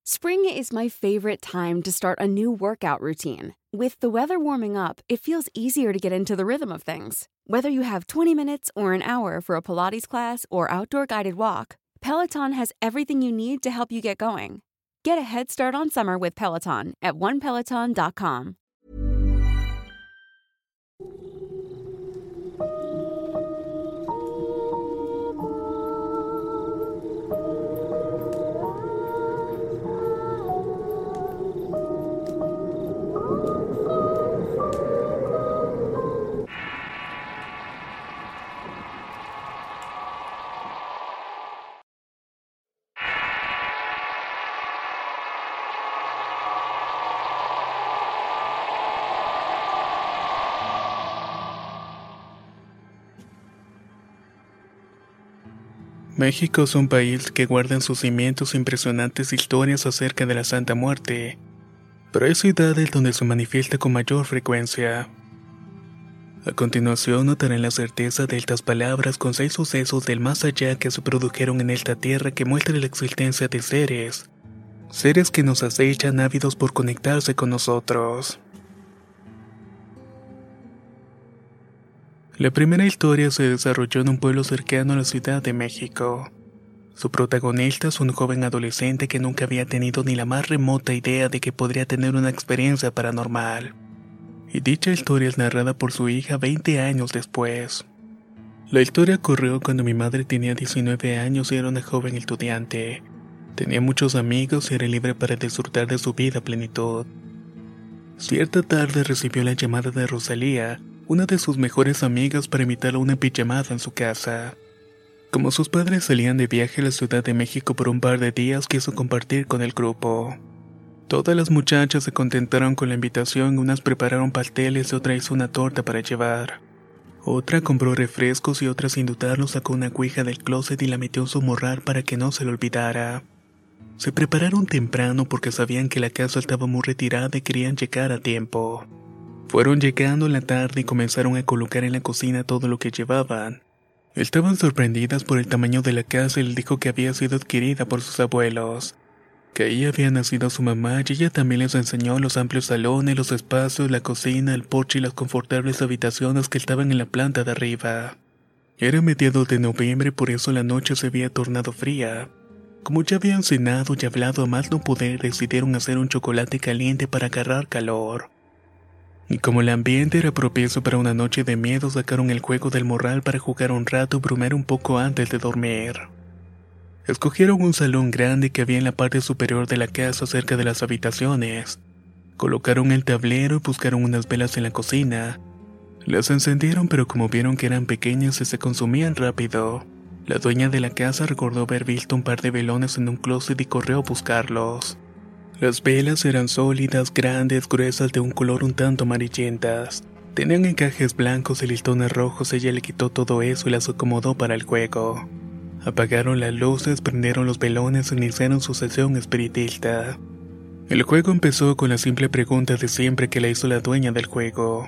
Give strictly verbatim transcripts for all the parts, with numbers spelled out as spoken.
Spring is my favorite time to start a new workout routine. With the weather warming up, it feels easier to get into the rhythm of things. Whether you have twenty minutes or an hour for a Pilates class or outdoor guided walk, Peloton has everything you need to help you get going. Get a head start on summer with Peloton at one peloton dot com. México es un país que guarda en sus cimientos impresionantes historias acerca de la Santa Muerte, pero hay ciudades donde se manifiesta con mayor frecuencia. A continuación notarán la certeza de estas palabras con seis sucesos del más allá que se produjeron en esta tierra que muestran la existencia de seres, seres que nos acechan ávidos por conectarse con nosotros. La primera historia se desarrolló en un pueblo cercano a la Ciudad de México. Su protagonista es un joven adolescente que nunca había tenido ni la más remota idea de que podría tener una experiencia paranormal. Y dicha historia es narrada por su hija veinte años después. La historia ocurrió cuando mi madre tenía diecinueve años y era una joven estudiante. Tenía muchos amigos y era libre para disfrutar de su vida a plenitud. Cierta tarde recibió la llamada de Rosalía, una de sus mejores amigas, para invitarla a una pijamada en su casa. Como sus padres salían de viaje a la Ciudad de México por un par de días, quiso compartir con el grupo. Todas las muchachas se contentaron con la invitación, unas prepararon pasteles y otra hizo una torta para llevar. Otra compró refrescos y otra, sin dudarlo, sacó una ouija del closet y la metió en su morral para que no se lo olvidara. Se prepararon temprano porque sabían que la casa estaba muy retirada y querían llegar a tiempo. Fueron llegando en la tarde y comenzaron a colocar en la cocina todo lo que llevaban. Estaban sorprendidas por el tamaño de la casa y les dijo que había sido adquirida por sus abuelos, que ahí había nacido su mamá, y ella también les enseñó los amplios salones, los espacios, la cocina, el porche y las confortables habitaciones que estaban en la planta de arriba. Era mediados de noviembre, por eso la noche se había tornado fría. Como ya habían cenado y hablado a más no poder, decidieron hacer un chocolate caliente para agarrar calor. Y como el ambiente era propicio para una noche de miedo, sacaron el juego del morral para jugar un rato y bromear un poco antes de dormir. Escogieron un salón grande que había en la parte superior de la casa cerca de las habitaciones. Colocaron el tablero y buscaron unas velas en la cocina. Las encendieron, pero como vieron que eran pequeñas y se consumían rápido, la dueña de la casa recordó haber visto un par de velones en un closet y corrió a buscarlos. Las velas eran sólidas, grandes, gruesas, de un color un tanto amarillentas. Tenían encajes blancos y listones rojos. Ella le quitó todo eso y las acomodó para el juego. Apagaron las luces, prendieron los velones e iniciaron su sesión espiritista. El juego empezó con la simple pregunta de siempre que le hizo la dueña del juego: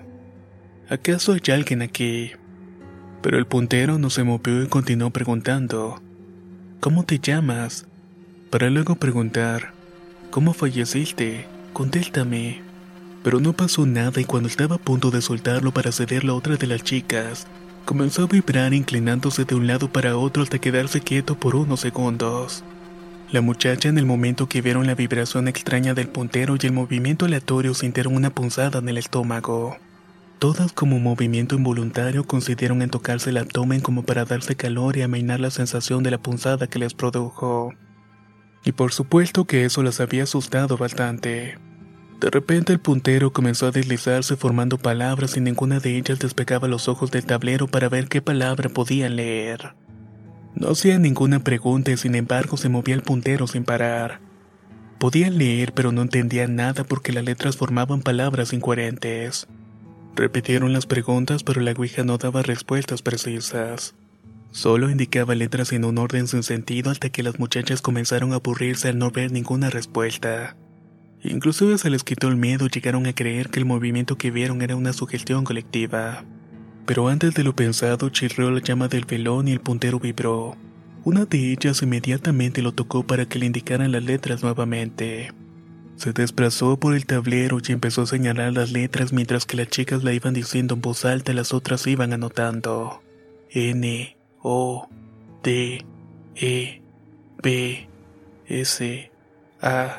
¿acaso hay alguien aquí? Pero el puntero no se movió y continuó preguntando: ¿cómo te llamas? Para luego preguntar: ¿cómo falleciste? Contéstame. Pero no pasó nada, y cuando estaba a punto de soltarlo para cederlo a otra de las chicas, comenzó a vibrar, inclinándose de un lado para otro hasta quedarse quieto por unos segundos. La muchacha, en el momento que vieron la vibración extraña del puntero y el movimiento aleatorio, sintieron una punzada en el estómago. Todas, como un movimiento involuntario, coincidieron en tocarse el abdomen como para darse calor y amainar la sensación de la punzada que les produjo. Y por supuesto que eso las había asustado bastante. De repente el puntero comenzó a deslizarse formando palabras y ninguna de ellas despegaba los ojos del tablero para ver qué palabra podían leer. No hacía ninguna pregunta y sin embargo se movía el puntero sin parar. Podían leer, pero no entendían nada porque las letras formaban palabras incoherentes. Repitieron las preguntas, pero la ouija no daba respuestas precisas. Solo indicaba letras en un orden sin sentido hasta que las muchachas comenzaron a aburrirse al no ver ninguna respuesta. Inclusive se les quitó el miedo y llegaron a creer que el movimiento que vieron era una sugestión colectiva. Pero antes de lo pensado, chirrió la llama del velón y el puntero vibró. Una de ellas inmediatamente lo tocó para que le indicaran las letras nuevamente. Se desplazó por el tablero y empezó a señalar las letras mientras que las chicas la iban diciendo en voz alta y las otras iban anotando. N, O, D, E, B, S, A.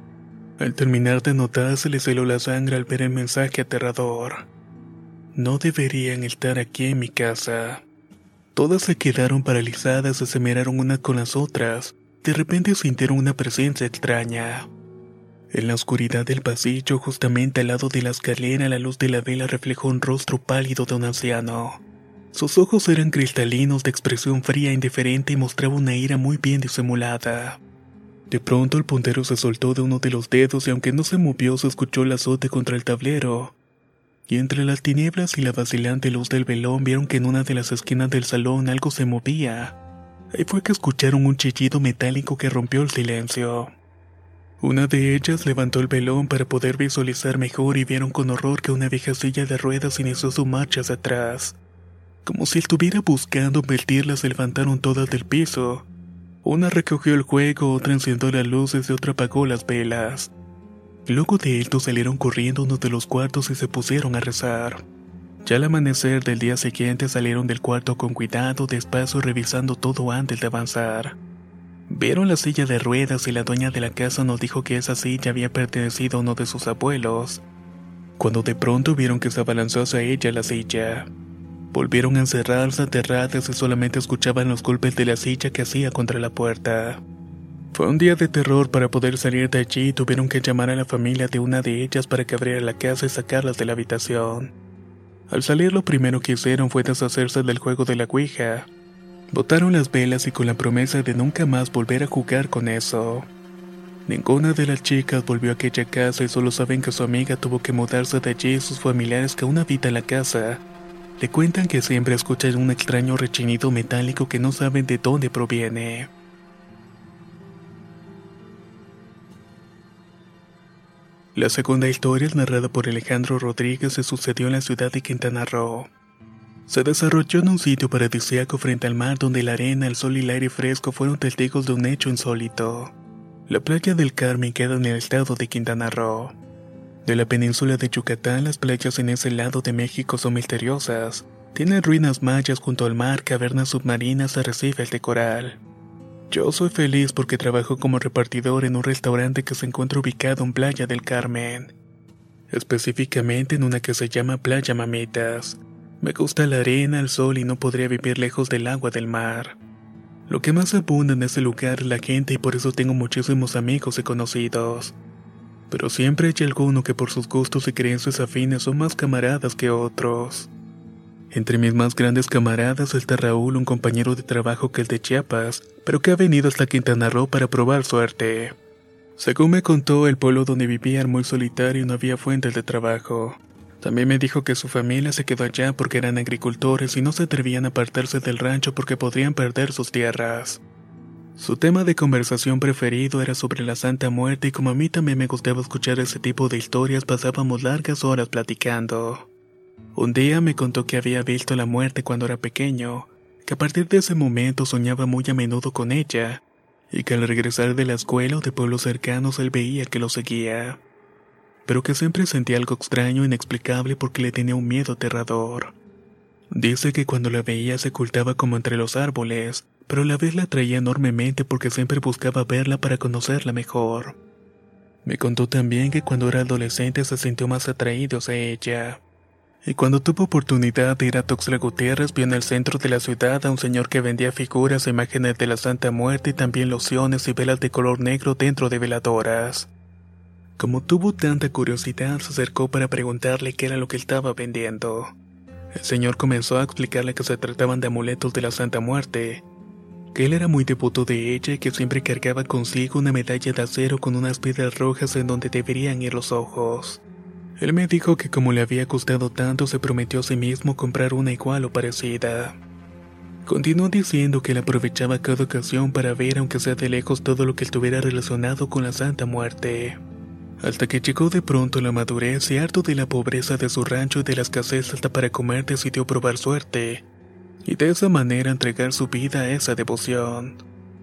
Al terminar de anotar se les heló la sangre al ver el mensaje aterrador. No deberían estar aquí en mi casa. Todas se quedaron paralizadas y se miraron unas con las otras. De repente sintieron una presencia extraña. En la oscuridad del pasillo, justamente al lado de la escalera, la luz de la vela reflejó un rostro pálido de un anciano. Sus ojos eran cristalinos de expresión fría e indiferente y mostraba una ira muy bien disimulada. De pronto el puntero se soltó de uno de los dedos y aunque no se movió se escuchó el azote contra el tablero. Y entre las tinieblas y la vacilante luz del velón vieron que en una de las esquinas del salón algo se movía. Ahí fue que escucharon un chillido metálico que rompió el silencio. Una de ellas levantó el velón para poder visualizar mejor y vieron con horror que una vieja silla de ruedas inició su marcha hacia atrás. Como si estuviera buscando embestirlas, se levantaron todas del piso. Una recogió el juego, otra encendió las luces y otra apagó las velas. Luego de esto salieron corriendo a uno de los cuartos y se pusieron a rezar. Ya al amanecer del día siguiente salieron del cuarto con cuidado, despacio, revisando todo antes de avanzar. Vieron la silla de ruedas y la dueña de la casa nos dijo que esa silla había pertenecido a uno de sus abuelos. Cuando de pronto vieron que se abalanzó hacia ella la silla. Volvieron a encerrarse aterradas y solamente escuchaban los golpes de la silla que hacía contra la puerta. Fue un día de terror. Para poder salir de allí tuvieron que llamar a la familia de una de ellas para que abriera la casa y sacarlas de la habitación. Al salir lo primero que hicieron fue deshacerse del juego de la ouija. Botaron las velas y con la promesa de nunca más volver a jugar con eso. Ninguna de las chicas volvió a aquella casa y solo saben que su amiga tuvo que mudarse de allí y sus familiares que aún habitan la casa le cuentan que siempre escuchan un extraño rechinido metálico que no saben de dónde proviene. La segunda historia es narrada por Alejandro Rodríguez y sucedió en la ciudad de Quintana Roo. Se desarrolló en un sitio paradisíaco frente al mar donde la arena, el sol y el aire fresco fueron testigos de un hecho insólito. La playa del Carmen queda en el estado de Quintana Roo. De la península de Yucatán, las playas en ese lado de México son misteriosas. Tienen ruinas mayas junto al mar, cavernas submarinas, arrecifes de coral. Yo soy feliz porque trabajo como repartidor en un restaurante que se encuentra ubicado en Playa del Carmen. Específicamente en una que se llama Playa Mamitas. Me gusta la arena, el sol y no podría vivir lejos del agua del mar. Lo que más abunda en ese lugar es la gente y por eso tengo muchísimos amigos y conocidos. Pero siempre hay alguno que por sus gustos y creencias afines son más camaradas que otros. Entre mis más grandes camaradas está Raúl, un compañero de trabajo que es de Chiapas, pero que ha venido hasta Quintana Roo para probar suerte. Según me contó, el pueblo donde vivía era muy solitario y no había fuentes de trabajo. También me dijo que su familia se quedó allá porque eran agricultores y no se atrevían a apartarse del rancho porque podrían perder sus tierras. Su tema de conversación preferido era sobre la Santa Muerte y como a mí también me gustaba escuchar ese tipo de historias, pasábamos largas horas platicando. Un día me contó que había visto la muerte cuando era pequeño, que a partir de ese momento soñaba muy a menudo con ella, y que al regresar de la escuela o de pueblos cercanos él veía que lo seguía. Pero que siempre sentía algo extraño e inexplicable porque le tenía un miedo aterrador. Dice que cuando la veía se ocultaba como entre los árboles, pero a la vez la atraía enormemente porque siempre buscaba verla para conocerla mejor. Me contó también que cuando era adolescente se sintió más atraído hacia ella. Y cuando tuvo oportunidad de ir a Tuxtla Gutiérrez, vio en el centro de la ciudad a un señor que vendía figuras e imágenes de la Santa Muerte y también lociones y velas de color negro dentro de veladoras. Como tuvo tanta curiosidad, se acercó para preguntarle qué era lo que estaba vendiendo. El señor comenzó a explicarle que se trataban de amuletos de la Santa Muerte, que él era muy devoto de ella y que siempre cargaba consigo una medalla de acero con unas piedras rojas en donde deberían ir los ojos. Él me dijo que como le había costado tanto, se prometió a sí mismo comprar una igual o parecida. Continuó diciendo que él aprovechaba cada ocasión para ver, aunque sea de lejos, todo lo que estuviera relacionado con la Santa Muerte. Hasta que llegó de pronto la madurez y harto de la pobreza de su rancho y de la escasez hasta para comer decidió probar suerte. y de esa manera entregar su vida a esa devoción.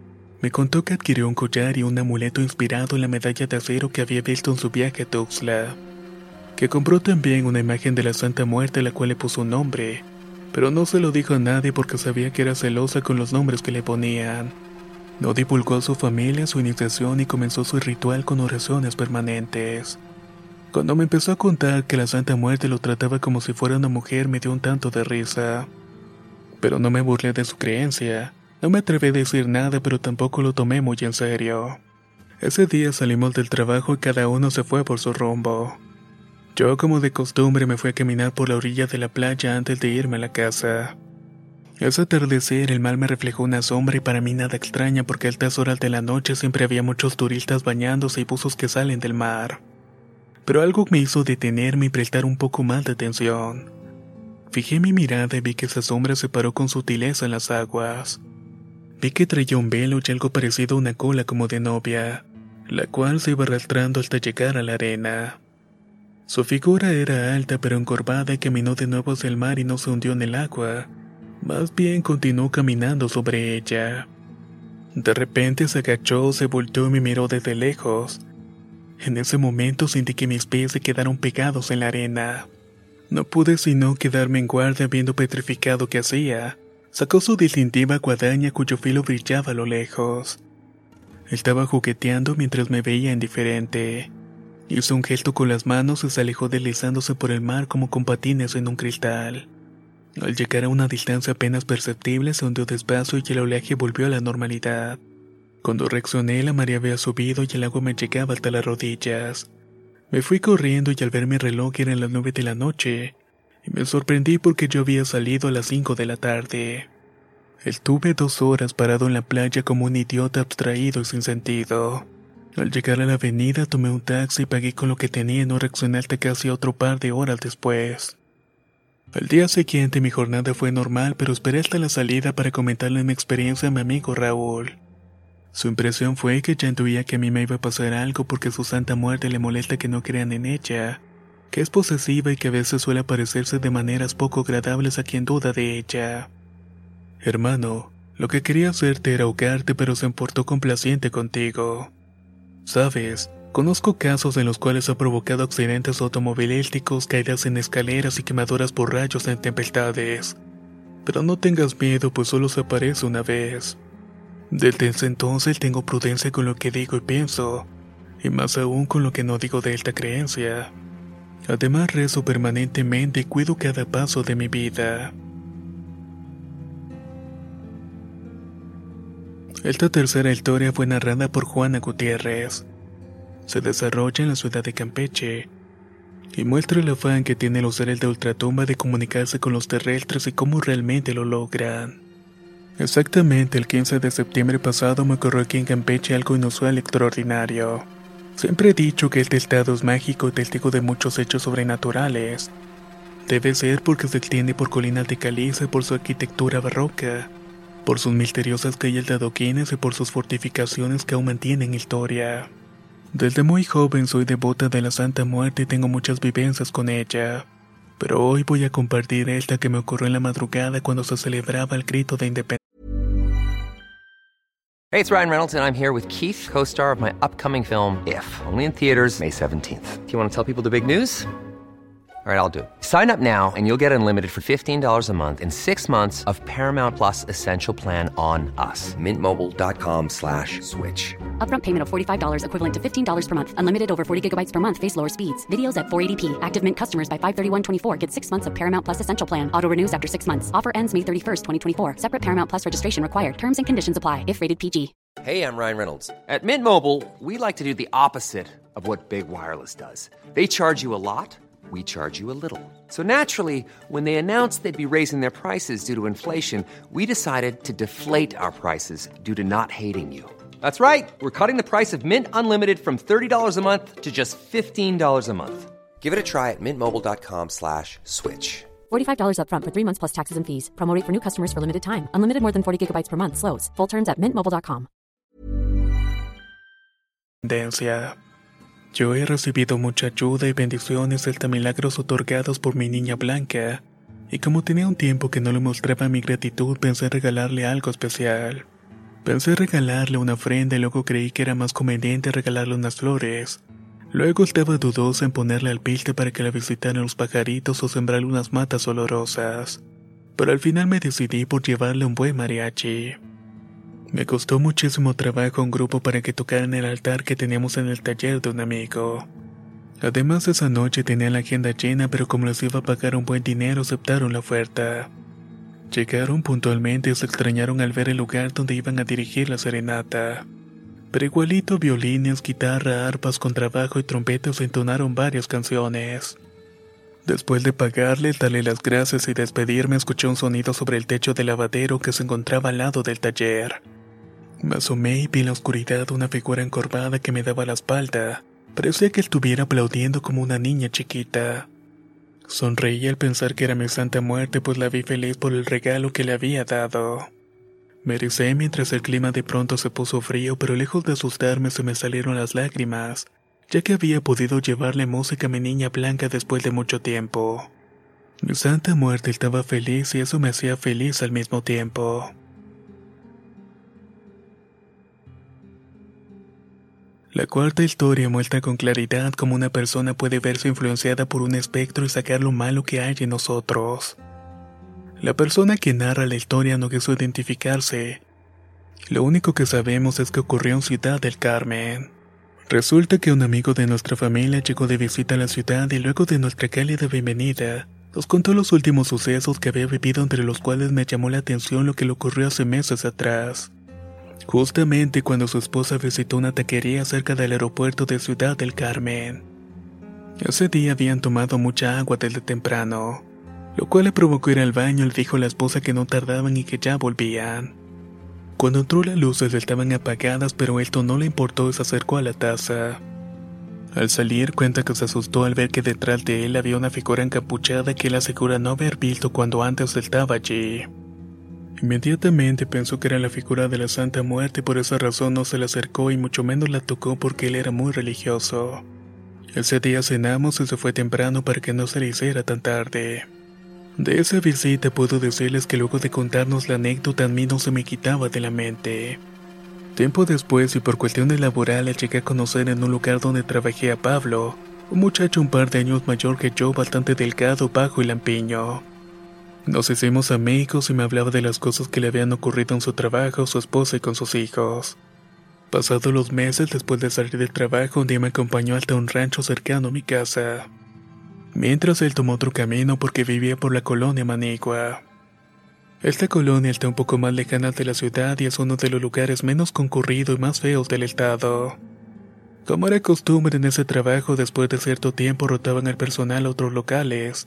Me contó que adquirió un collar y un amuleto inspirado en la medalla de acero que había visto en su viaje a Tuxtla, que compró también una imagen de la Santa Muerte a la cual le puso un nombre, pero no se lo dijo a nadie porque sabía que era celosa con los nombres que le ponían. No divulgó a su familia su iniciación y comenzó su ritual con oraciones permanentes. Cuando me empezó a contar que la Santa Muerte lo trataba como si fuera una mujer, me dio un tanto de risa. Pero no me burlé de su creencia. No me atreví a decir nada, pero tampoco lo tomé muy en serio. Ese día salimos del trabajo y cada uno se fue por su rumbo. Yo, como de costumbre, me fui a caminar por la orilla de la playa antes de irme a la casa. Ese atardecer, el mar me reflejó una sombra y para mí nada extraña porque a altas horas de la noche siempre había muchos turistas bañándose y buzos que salen del mar. Pero algo me hizo detenerme y prestar un poco más de atención. Fijé mi mirada y vi que esa sombra se paró con sutileza en las aguas. Vi que traía un velo y algo parecido a una cola como de novia, la cual se iba arrastrando hasta llegar a la arena. Su figura era alta pero encorvada y caminó de nuevo hacia el mar y no se hundió en el agua. Más bien continuó caminando sobre ella. De repente se agachó, se volteó y me miró desde lejos. En ese momento sentí que mis pies se quedaron pegados en la arena. No pude sino quedarme en guardia viendo petrificado qué hacía. Sacó su distintiva guadaña cuyo filo brillaba a lo lejos. Estaba jugueteando mientras me veía indiferente. Hizo un gesto con las manos y se alejó deslizándose por el mar como con patines en un cristal. Al llegar a una distancia apenas perceptible se hundió despacio y el oleaje volvió a la normalidad. Cuando reaccioné, la marea había subido y el agua me llegaba hasta las rodillas. Me fui corriendo y al ver mi reloj eran las nueve de la noche, y me sorprendí porque yo había salido a las cinco de la tarde. Estuve dos horas parado en la playa como un idiota abstraído y sin sentido. Al llegar a la avenida tomé un taxi y pagué con lo que tenía y no reaccioné hasta casi otro par de horas después. Al día siguiente mi jornada fue normal, pero esperé hasta la salida para comentarle mi experiencia a mi amigo Raúl. Su impresión fue que ya intuía que a mí me iba a pasar algo porque su Santa Muerte le molesta que no crean en ella, que es posesiva y que a veces suele aparecerse de maneras poco agradables a quien duda de ella. Hermano, lo que quería hacerte era ahogarte, pero se portó complaciente contigo. Sabes, conozco casos en los cuales ha provocado accidentes automovilísticos, caídas en escaleras y quemaduras por rayos en tempestades. Pero no tengas miedo, pues solo se aparece una vez. Desde ese entonces tengo prudencia con lo que digo y pienso, y más aún con lo que no digo de esta creencia. Además rezo permanentemente y cuido cada paso de mi vida. Esta tercera historia fue narrada por Juana Gutiérrez. Se desarrolla en la ciudad de Campeche y muestra el afán que tienen los seres de ultratumba de comunicarse con los terrestres y cómo realmente lo logran. Exactamente el quince de septiembre pasado me ocurrió aquí en Campeche algo inusual y extraordinario. Siempre he dicho que este estado es mágico y testigo de muchos hechos sobrenaturales. Debe ser porque se extiende por colinas de caliza y por su arquitectura barroca, por sus misteriosas calles de adoquines y por sus fortificaciones que aún mantienen historia. Desde muy joven soy devota de la Santa Muerte y tengo muchas vivencias con ella. Pero hoy voy a compartir esta que me ocurrió en la madrugada cuando se celebraba el grito de independencia. Hey, it's Ryan Reynolds, and I'm here with Keith, co-star of my upcoming film, If, only in theaters May seventeenth. Do you want to tell people the big news? All right, I'll do it. Sign up now and you'll get unlimited for fifteen dollars a month and six months of Paramount Plus Essential Plan on us. Mint Mobile dot com slash switch. Upfront payment of forty-five dollars equivalent to fifteen dollars per month. Unlimited over forty gigabytes per month. Face lower speeds. Videos at four eighty p. Active Mint customers by five thirty-one twenty-four get six months of Paramount Plus Essential Plan. Auto renews after six months. Offer ends May thirty-first, twenty twenty-four. Separate Paramount Plus registration required. Terms and conditions apply if rated P G. Hey, I'm Ryan Reynolds. At Mint Mobile, we like to do the opposite of what Big Wireless does. They charge you a lot. We charge you a little. So naturally, when they announced they'd be raising their prices due to inflation, we decided to deflate our prices due to not hating you. That's right. We're cutting the price of Mint Unlimited from thirty dollars a month to just fifteen dollars a month. Give it a try at mintmobile.com slash switch. forty-five dollars up front for three months plus taxes and fees. Promo rate for new customers for limited time. Unlimited more than forty gigabytes per month. Slows full terms at mint mobile dot com. Yo he recibido mucha ayuda y bendiciones hasta milagros otorgados por mi niña Blanca, y como tenía un tiempo que no le mostraba mi gratitud, pensé en regalarle algo especial. Pensé regalarle una ofrenda y luego creí que era más conveniente regalarle unas flores. Luego estaba dudosa en ponerle alpiste para que la visitaran los pajaritos o sembrarle unas matas olorosas. Pero al final me decidí por llevarle un buen mariachi. Me costó muchísimo trabajo un grupo para que tocaran el altar que teníamos en el taller de un amigo. Además, esa noche tenía la agenda llena, pero como les iba a pagar un buen dinero, aceptaron la oferta. Llegaron puntualmente y se extrañaron al ver el lugar donde iban a dirigir la serenata. Pero igualito violines, guitarra, arpas, contrabajo y trompetas entonaron varias canciones. Después de pagarle, darle las gracias y despedirme, escuché un sonido sobre el techo del lavadero que se encontraba al lado del taller. Me asomé y vi en la oscuridad una figura encorvada que me daba la espalda. Parecía que estuviera aplaudiendo como una niña chiquita. Sonreí al pensar que era mi santa muerte, pues la vi feliz por el regalo que le había dado. Me ericé mientras el clima de pronto se puso frío, pero lejos de asustarme se me salieron las lágrimas, ya que había podido llevarle música a mi niña blanca después de mucho tiempo. Mi santa muerte estaba feliz y eso me hacía feliz al mismo tiempo. La cuarta historia muestra con claridad cómo una persona puede verse influenciada por un espectro y sacar lo malo que hay en nosotros. La persona que narra la historia no quiso identificarse. Lo único que sabemos es que ocurrió en Ciudad del Carmen. Resulta que un amigo de nuestra familia llegó de visita a la ciudad y luego de nuestra cálida bienvenida, nos contó los últimos sucesos que había vivido, entre los cuales me llamó la atención lo que le ocurrió hace meses atrás. Justamente cuando su esposa visitó una taquería cerca del aeropuerto de Ciudad del Carmen. Ese día habían tomado mucha agua desde temprano, lo cual le provocó ir al baño y le dijo a la esposa que no tardaban y que ya volvían. Cuando entró las luces estaban apagadas, pero esto no le importó y se acercó a la taza. Al salir cuenta que se asustó al ver que detrás de él había una figura encapuchada que él asegura no haber visto cuando antes estaba allí. Inmediatamente pensó que era la figura de la Santa Muerte y por esa razón no se le acercó y mucho menos la tocó porque él era muy religioso. Ese día cenamos y se fue temprano para que no se le hiciera tan tarde. De esa visita puedo decirles que luego de contarnos la anécdota a mí no se me quitaba de la mente. Tiempo después y por cuestiones laborales llegué a conocer en un lugar donde trabajé a Pablo, un muchacho un par de años mayor que yo, bastante delgado, bajo y lampiño. Nos hicimos amigos y me hablaba de las cosas que le habían ocurrido en su trabajo, su esposa y con sus hijos. Pasados los meses, después de salir del trabajo, un día me acompañó hasta un rancho cercano a mi casa. Mientras él tomó otro camino porque vivía por la colonia Manigua. Esta colonia está un poco más lejana de la ciudad y es uno de los lugares menos concurridos y más feos del estado. Como era costumbre en ese trabajo, después de cierto tiempo rotaban el personal a otros locales.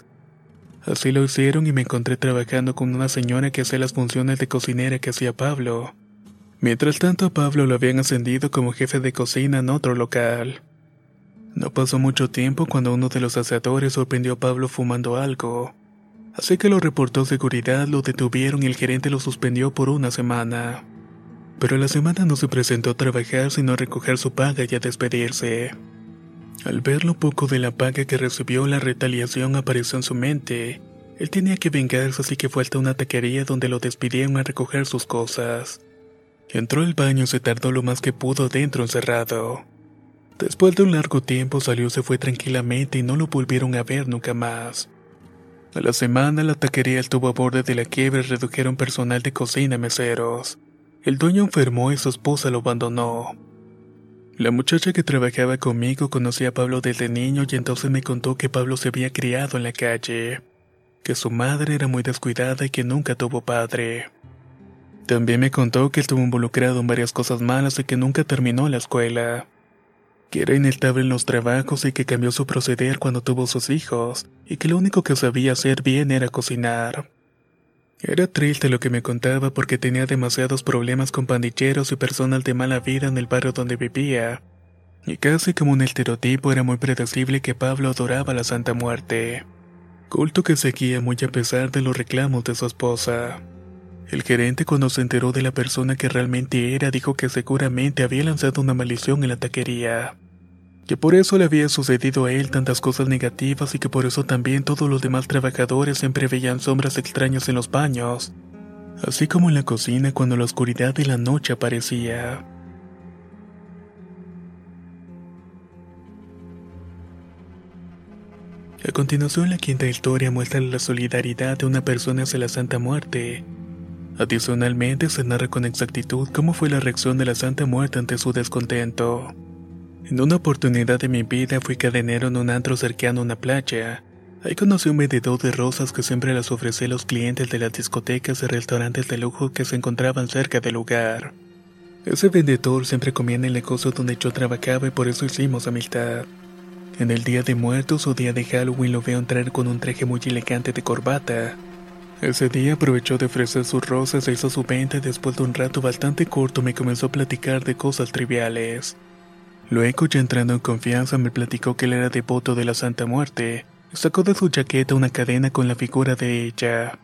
Así lo hicieron y me encontré trabajando con una señora que hacía las funciones de cocinera que hacía Pablo. Mientras tanto a Pablo lo habían ascendido como jefe de cocina en otro local. No pasó mucho tiempo cuando uno de los asadores sorprendió a Pablo fumando algo. Así que lo reportó seguridad, lo detuvieron y el gerente lo suspendió por una semana. Pero a la semana no se presentó a trabajar sino a recoger su paga y a despedirse. Al ver lo poco de la paga que recibió, la retaliación apareció en su mente. Él tenía que vengarse, así que fue hasta una taquería donde lo despidieron a recoger sus cosas. Entró al baño y se tardó lo más que pudo dentro encerrado. Después de un largo tiempo salió, se fue tranquilamente y no lo volvieron a ver nunca más. A la semana la taquería estuvo a borde de la quiebra y redujeron personal de cocina y meseros. El dueño enfermó y su esposa lo abandonó. La muchacha que trabajaba conmigo conocía a Pablo desde niño y entonces me contó que Pablo se había criado en la calle, que su madre era muy descuidada y que nunca tuvo padre. También me contó que estuvo involucrado en varias cosas malas y que nunca terminó la escuela, que era inestable en los trabajos y que cambió su proceder cuando tuvo sus hijos, y que lo único que sabía hacer bien era cocinar. Era triste lo que me contaba porque tenía demasiados problemas con pandilleros y personas de mala vida en el barrio donde vivía, y casi como un estereotipo era muy predecible que Pablo adoraba a la Santa Muerte, culto que seguía muy a pesar de los reclamos de su esposa. El gerente, cuando se enteró de la persona que realmente era, dijo que seguramente había lanzado una maldición en la taquería. que por eso le había sucedido a él tantas cosas negativas y que por eso también todos los demás trabajadores siempre veían sombras extrañas en los baños, así como en la cocina cuando la oscuridad de la noche aparecía. A continuación, la quinta historia muestra la solidaridad de una persona hacia la Santa Muerte. Adicionalmente, se narra con exactitud cómo fue la reacción de la Santa Muerte ante su descontento. En una oportunidad de mi vida fui cadenero en un antro cercano a una playa. Ahí conocí a un vendedor de rosas que siempre las ofrecía a los clientes de las discotecas y restaurantes de lujo que se encontraban cerca del lugar. Ese vendedor siempre comía en el negocio donde yo trabajaba y por eso hicimos amistad. En el día de muertos o día de Halloween lo veo entrar con un traje muy elegante de corbata. Ese día aprovechó de ofrecer sus rosas e hizo su venta y después de un rato bastante corto me comenzó a platicar de cosas triviales. Luego, ya entrando en confianza, me platicó que él era devoto de la Santa Muerte y sacó de su chaqueta una cadena con la figura de ella.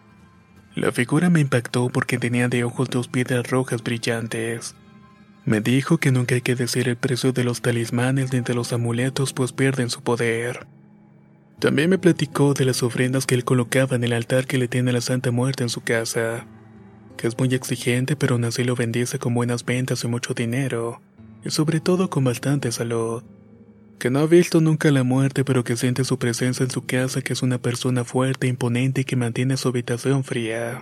La figura me impactó porque tenía de ojos dos piedras rojas brillantes. Me dijo que nunca hay que decir el precio de los talismanes ni de los amuletos, pues pierden su poder. También me platicó de las ofrendas que él colocaba en el altar que le tiene a la Santa Muerte en su casa, que es muy exigente pero aún así lo bendice con buenas ventas y mucho dinero, y sobre todo con bastante salud. Que no ha visto nunca la muerte pero que siente su presencia en su casa, que es una persona fuerte, imponente y que mantiene su habitación fría.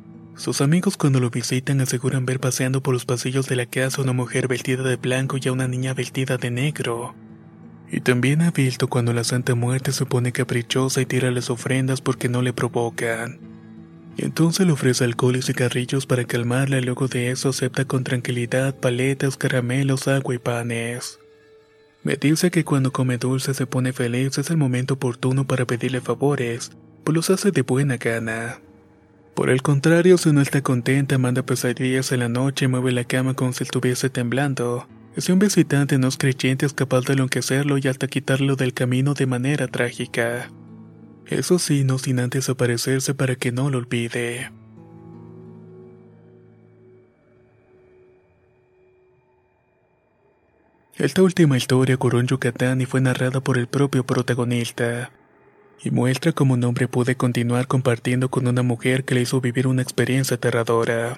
Sus amigos cuando lo visitan aseguran ver paseando por los pasillos de la casa a una mujer vestida de blanco y a una niña vestida de negro. Y también ha visto cuando la Santa Muerte se pone caprichosa y tira las ofrendas porque no le provocan. Y entonces le ofrece alcohol y cigarrillos para calmarla y luego de eso acepta con tranquilidad paletas, caramelos, agua y panes. Me dice que cuando come dulce se pone feliz, es el momento oportuno para pedirle favores, pues los hace de buena gana. Por el contrario, si no está contenta, manda pesadillas en la noche y mueve la cama como si estuviese temblando. Y si un visitante no es creyente, es capaz de enloquecerlo y hasta quitarlo del camino de manera trágica. Eso sí, no sin antes aparecerse para que no lo olvide. Esta última historia ocurrió en Yucatán y fue narrada por el propio protagonista. Y muestra cómo un hombre puede continuar compartiendo con una mujer que le hizo vivir una experiencia aterradora.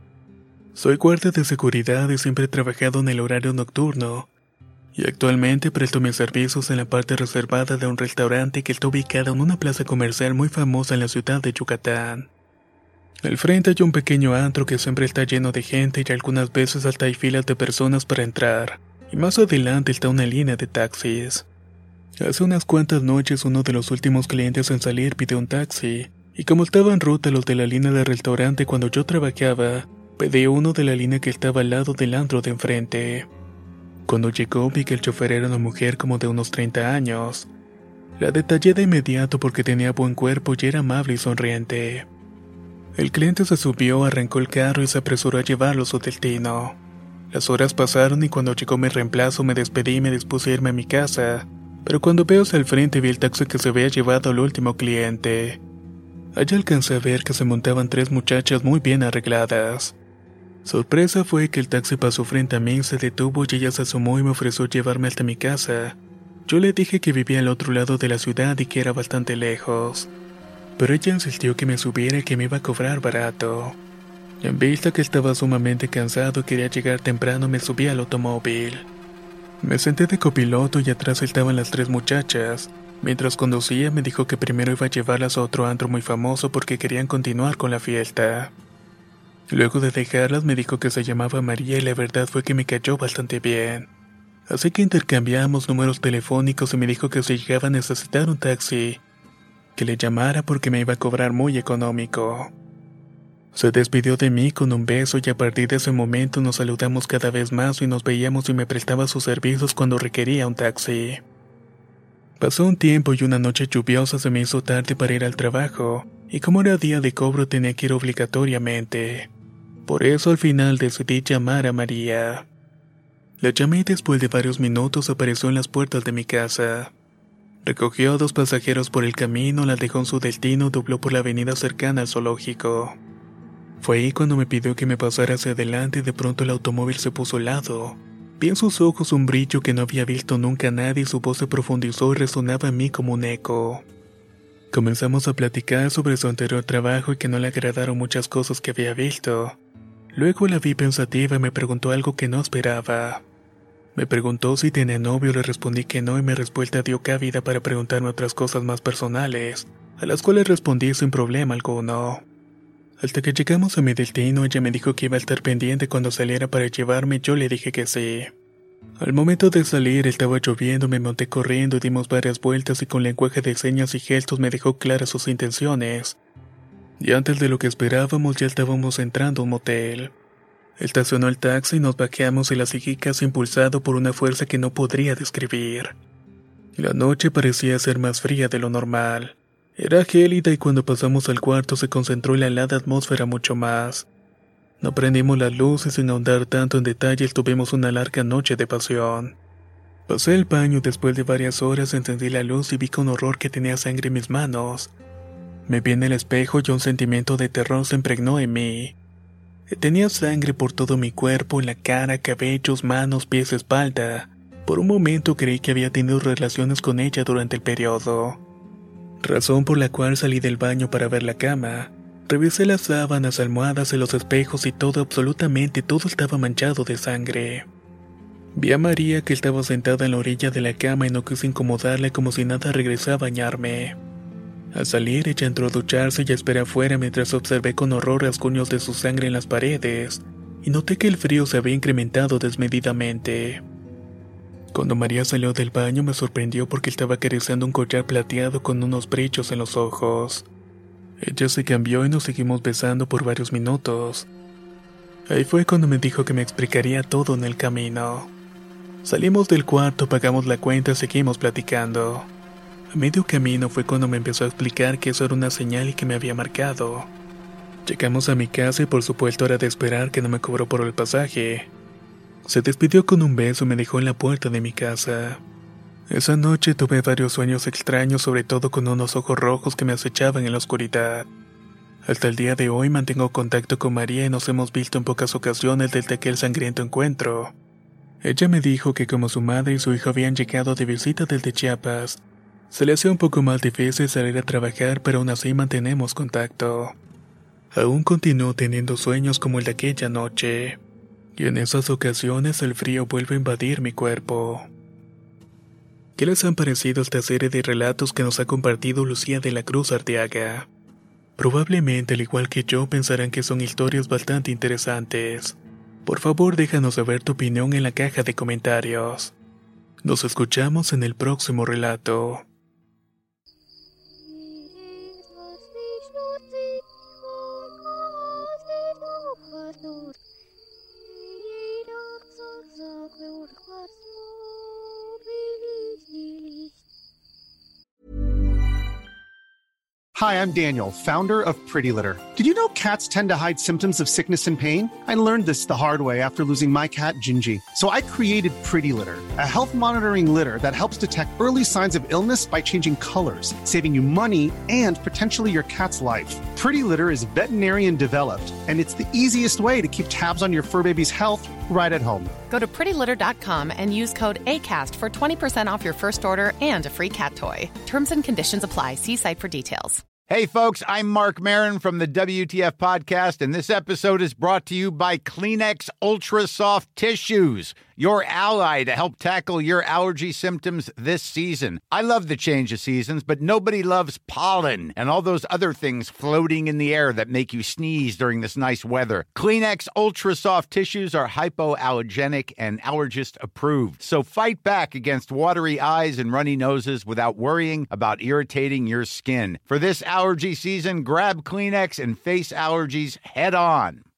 Soy guardia de seguridad y siempre he trabajado en el horario nocturno, y actualmente presto mis servicios en la parte reservada de un restaurante que está ubicado en una plaza comercial muy famosa en la ciudad de Yucatán. Al frente hay un pequeño antro que siempre está lleno de gente y algunas veces hasta hay filas de personas para entrar, y más adelante está una línea de taxis. Hace unas cuantas noches uno de los últimos clientes en salir pidió un taxi, y como estaba en ruta los de la línea del restaurante cuando yo trabajaba, pedí uno de la línea que estaba al lado del antro de enfrente. Cuando llegó vi que el chofer era una mujer como de unos treinta años. La detallé de inmediato porque tenía buen cuerpo y era amable y sonriente. El cliente se subió, arrancó el carro y se apresuró a llevarlo a su destino. Las horas pasaron y cuando llegó mi reemplazo me despedí y me dispuse a irme a mi casa. Pero cuando veo hacia el frente vi el taxi que se había llevado al último cliente. Allí alcancé a ver que se montaban tres muchachas muy bien arregladas. Sorpresa fue que el taxi pasó frente a mí, se detuvo y ella se asomó y me ofreció llevarme hasta mi casa. Yo le dije que vivía al otro lado de la ciudad y que era bastante lejos. Pero ella insistió que me subiera y que me iba a cobrar barato. En vista que estaba sumamente cansado y quería llegar temprano, me subí al automóvil. Me senté de copiloto y atrás estaban las tres muchachas. Mientras conducía me dijo que primero iba a llevarlas a otro antro muy famoso porque querían continuar con la fiesta. Luego de dejarlas me dijo que se llamaba María y la verdad fue que me cayó bastante bien. Así que intercambiamos números telefónicos y me dijo que si llegaba a necesitar un taxi, que le llamara porque me iba a cobrar muy económico. Se despidió de mí con un beso y a partir de ese momento nos saludamos cada vez más y nos veíamos y me prestaba sus servicios cuando requería un taxi. Pasó un tiempo y una noche lluviosa se me hizo tarde para ir al trabajo, y como era día de cobro tenía que ir obligatoriamente. Por eso al final decidí llamar a María. La llamé y después de varios minutos apareció en las puertas de mi casa. Recogió a dos pasajeros por el camino, la dejó en su destino y dobló por la avenida cercana al zoológico. Fue ahí cuando me pidió que me pasara hacia adelante y de pronto el automóvil se puso al lado. Vi en sus ojos un brillo que no había visto nunca a nadie y su voz se profundizó y resonaba en mí como un eco. Comenzamos a platicar sobre su anterior trabajo y que no le agradaron muchas cosas que había visto. Luego la vi pensativa y me preguntó algo que no esperaba. Me preguntó si tenía novio, le respondí que no y mi respuesta dio cabida para preguntarme otras cosas más personales, a las cuales respondí sin problema alguno. Hasta que llegamos a mi destino, ella me dijo que iba a estar pendiente cuando saliera para llevarme y yo le dije que sí. Al momento de salir estaba lloviendo, me monté corriendo y dimos varias vueltas y con lenguaje de señas y gestos me dejó claras sus intenciones. Y antes de lo que esperábamos ya estábamos entrando a un motel. Estacionó el taxi y nos bajamos y la seguí casi impulsado por una fuerza que no podría describir. La noche parecía ser más fría de lo normal. Era gélida y cuando pasamos al cuarto se concentró la helada atmósfera mucho más. No prendimos las luces sin ahondar tanto en detalle, tuvimos una larga noche de pasión. Pasé el baño y después de varias horas encendí la luz y vi con horror que tenía sangre en mis manos. Me vi en el espejo y un sentimiento de terror se impregnó en mí. Tenía sangre por todo mi cuerpo, en la cara, cabellos, manos, pies, espalda. Por un momento creí que había tenido relaciones con ella durante el periodo. Razón por la cual salí del baño para ver la cama. Revisé las sábanas, almohadas y los espejos y todo, absolutamente todo estaba manchado de sangre. Vi a María que estaba sentada en la orilla de la cama y no quise incomodarla como si nada regresara a bañarme. Al salir, ella entró a ducharse y esperé afuera mientras observé con horror rasguños de su sangre en las paredes, y noté que el frío se había incrementado desmedidamente. Cuando María salió del baño me sorprendió porque estaba acariciando un collar plateado con unos brillos en los ojos. Ella se cambió y nos seguimos besando por varios minutos. Ahí fue cuando me dijo que me explicaría todo en el camino. Salimos del cuarto, pagamos la cuenta y seguimos platicando. A medio camino fue cuando me empezó a explicar que eso era una señal y que me había marcado. Llegamos a mi casa y por supuesto era de esperar que no me cobró por el pasaje. Se despidió con un beso y me dejó en la puerta de mi casa. Esa noche tuve varios sueños extraños, sobre todo con unos ojos rojos que me acechaban en la oscuridad. Hasta el día de hoy mantengo contacto con María y nos hemos visto en pocas ocasiones desde aquel sangriento encuentro. Ella me dijo que como su madre y su hijo habían llegado de visita desde Chiapas, se le hacía un poco más difícil salir a trabajar, pero aún así mantenemos contacto. Aún continúo teniendo sueños como el de aquella noche, y en esas ocasiones el frío vuelve a invadir mi cuerpo. ¿Qué les han parecido esta serie de relatos que nos ha compartido Lucía de la Cruz Arteaga? Probablemente, al igual que yo, pensarán que son historias bastante interesantes. Por favor, déjanos saber tu opinión en la caja de comentarios. Nos escuchamos en el próximo relato. Hi, I'm Daniel, founder of Pretty Litter. Did you know cats tend to hide symptoms of sickness and pain? I learned this the hard way after losing my cat, Gingy. So I created Pretty Litter, a health monitoring litter that helps detect early signs of illness by changing colors, saving you money and potentially your cat's life. Pretty Litter is veterinarian developed, and it's the easiest way to keep tabs on your fur baby's health right at home. Go to pretty litter dot com and use code ACAST for twenty percent off your first order and a free cat toy. Terms and conditions apply. See site for details. Hey, folks, I'm Mark Maron from the W T F Podcast, and this episode is brought to you by Kleenex Ultra Soft Tissues, your ally to help tackle your allergy symptoms this season. I love the change of seasons, but nobody loves pollen and all those other things floating in the air that make you sneeze during this nice weather. Kleenex Ultra Soft Tissues are hypoallergenic and allergist approved, so fight back against watery eyes and runny noses without worrying about irritating your skin. For this allergy season, grab Kleenex and face allergies head on.